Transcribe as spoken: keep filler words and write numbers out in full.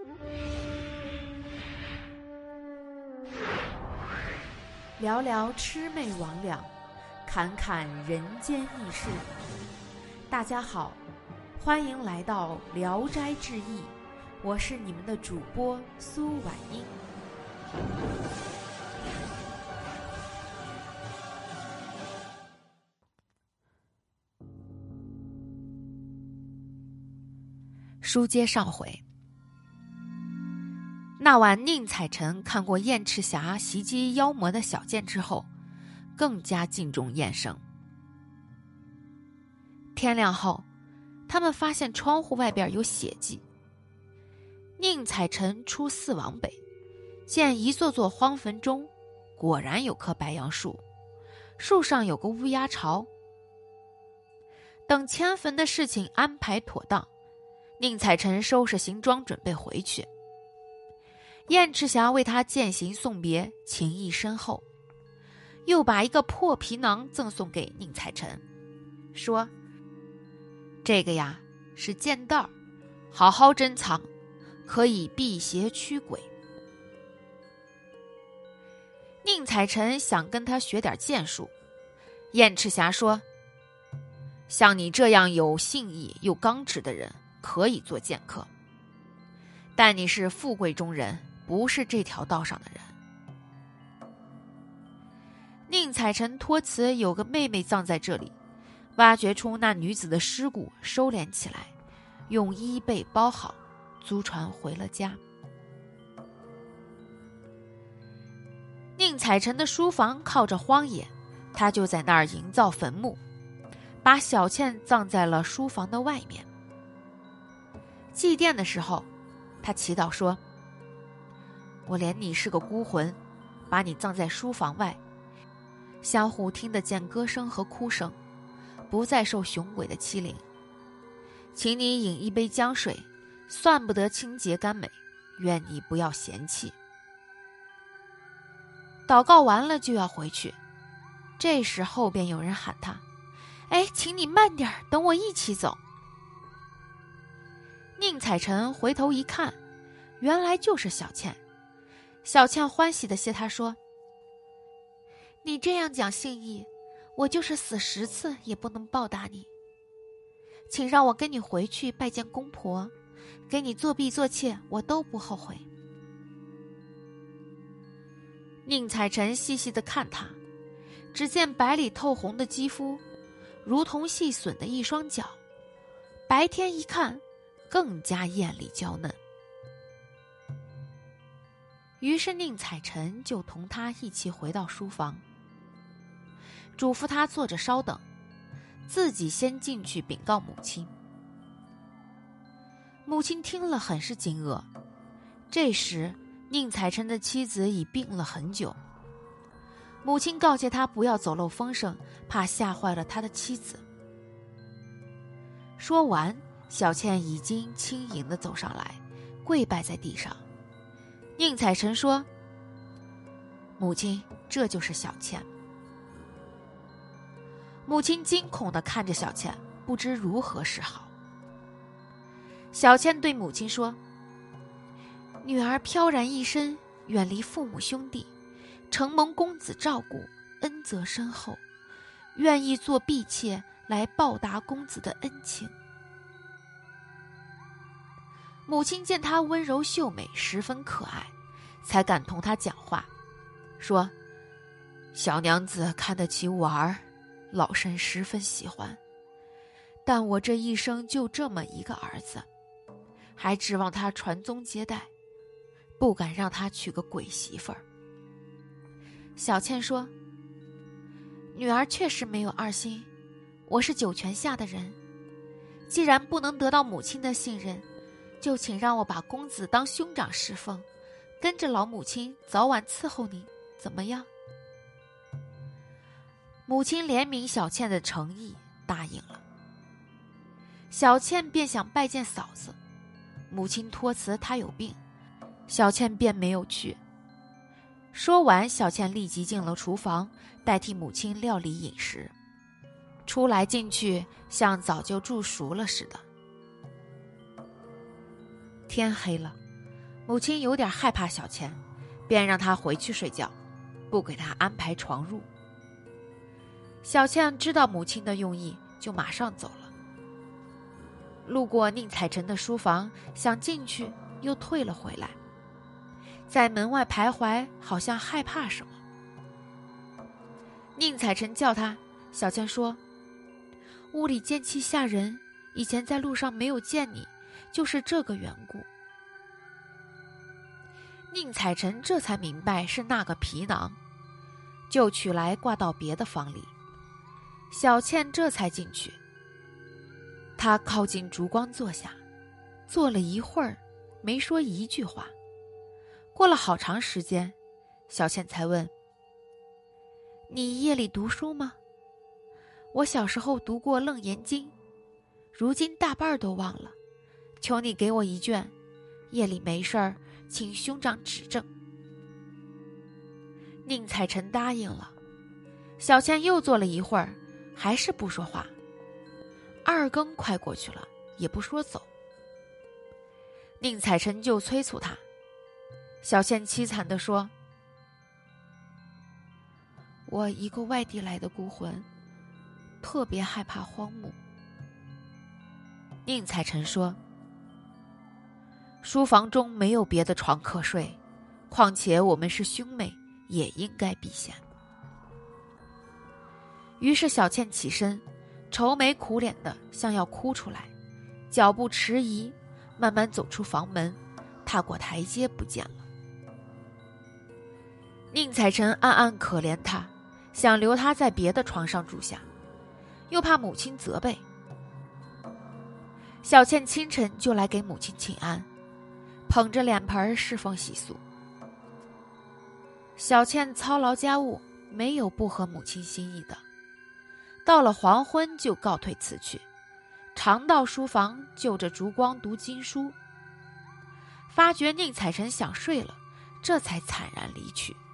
聊聊魑魅魍魉，侃侃人间轶事。大家好，欢迎来到《聊斋志异》，我是你们的主播苏婉英。书接上回，那晚宁采臣看过燕赤霞袭击妖魔的小剑之后，更加敬重燕生。天亮后，他们发现窗户外边有血迹。宁采臣出寺往北，见一座座荒坟中果然有棵白杨树，树上有个乌鸦巢。等迁坟的事情安排妥当，宁采臣收拾行装准备回去。燕赤霞为他饯行送别，情谊深厚，又把一个破皮囊赠送给宁采臣，说这个呀是剑袋，好好珍藏，可以辟邪驱鬼。宁采臣想跟他学点剑术，燕赤霞说，像你这样有信义又刚直的人可以做剑客，但你是富贵中人，不是这条道上的人。宁采臣托辞有个妹妹葬在这里，挖掘出那女子的尸骨，收敛起来，用衣被包好，租船回了家。宁采臣的书房靠着荒野，他就在那儿营造坟墓，把小倩葬在了书房的外面。祭奠的时候，他祈祷说，我怜你是个孤魂，把你葬在书房外，相互听得见歌声和哭声，不再受雄鬼的欺凌。请你饮一杯江水，算不得清洁甘美，愿你不要嫌弃。祷告完了就要回去，这时后边有人喊他，哎，请你慢点，等我一起走。宁采臣回头一看，原来就是小倩。小倩欢喜地谢他说，你这样讲信义，我就是死十次也不能报答你，请让我跟你回去拜见公婆，给你做婢做妾，我都不后悔。宁采臣细细地看他，只见白里透红的肌肤，如同细笋的一双脚，白天一看更加艳丽娇嫩。于是宁采臣就同他一起回到书房，嘱咐他坐着稍等，自己先进去禀告母亲。母亲听了很是惊愕，这时宁采臣的妻子已病了很久，母亲告诫他不要走漏风声，怕吓坏了他的妻子。说完，小倩已经轻盈地走上来，跪拜在地上。宁采臣说，母亲，这就是小倩。母亲惊恐地看着小倩，不知如何是好。小倩对母亲说，女儿飘然一身，远离父母兄弟，承蒙公子照顾，恩泽深厚，愿意做婢妾来报答公子的恩情。母亲见她温柔秀美，十分可爱，才敢同她讲话，说，小娘子看得起我儿，老身十分喜欢，但我这一生就这么一个儿子，还指望他传宗接代，不敢让他娶个鬼媳妇儿。小倩说，女儿确实没有二心，我是九泉下的人，既然不能得到母亲的信任，就请让我把公子当兄长侍奉，跟着老母亲早晚伺候你，怎么样？母亲怜悯小倩的诚意，答应了。小倩便想拜见嫂子，母亲托辞她有病，小倩便没有去。说完，小倩立即进了厨房，代替母亲料理饮食，出来进去像早就煮熟了似的。天黑了， 母亲有点害怕小倩，便让她回去睡觉，不给她安排床褥。小倩知道母亲的用意，就马上走了。路过宁采臣的书房，想进去，又退了回来，在门外徘徊，好像害怕什么。宁采臣叫他，小倩说：“屋里剑气吓人，以前在路上没有见你，就是这个缘故。”宁采臣这才明白是那个皮囊，就取来挂到别的房里。小倩这才进去，她靠近烛光坐下，坐了一会儿，没说一句话。过了好长时间，小倩才问：“你夜里读书吗？我小时候读过《楞严经》，如今大半都忘了，求你给我一卷，夜里没事儿，请兄长指正。”宁采臣答应了。小倩又坐了一会儿，还是不说话。二更快过去了，也不说走。宁采臣就催促他。小倩凄惨地说：“我一个外地来的孤魂，特别害怕荒木。”宁采臣说：“书房中没有别的床可睡，况且我们是兄妹，也应该避嫌。”于是小倩起身，愁眉苦脸的像要哭出来，脚步迟疑，慢慢走出房门，踏过台阶不见了。宁采臣暗暗可怜她，想留她在别的床上住下，又怕母亲责备。小倩清晨就来给母亲请安，捧着脸盆侍奉洗漱。小倩操劳家务，没有不合母亲心意的，到了黄昏就告退辞去，常到书房就着烛光读经书。发觉宁采臣想睡了，这才惨然离去。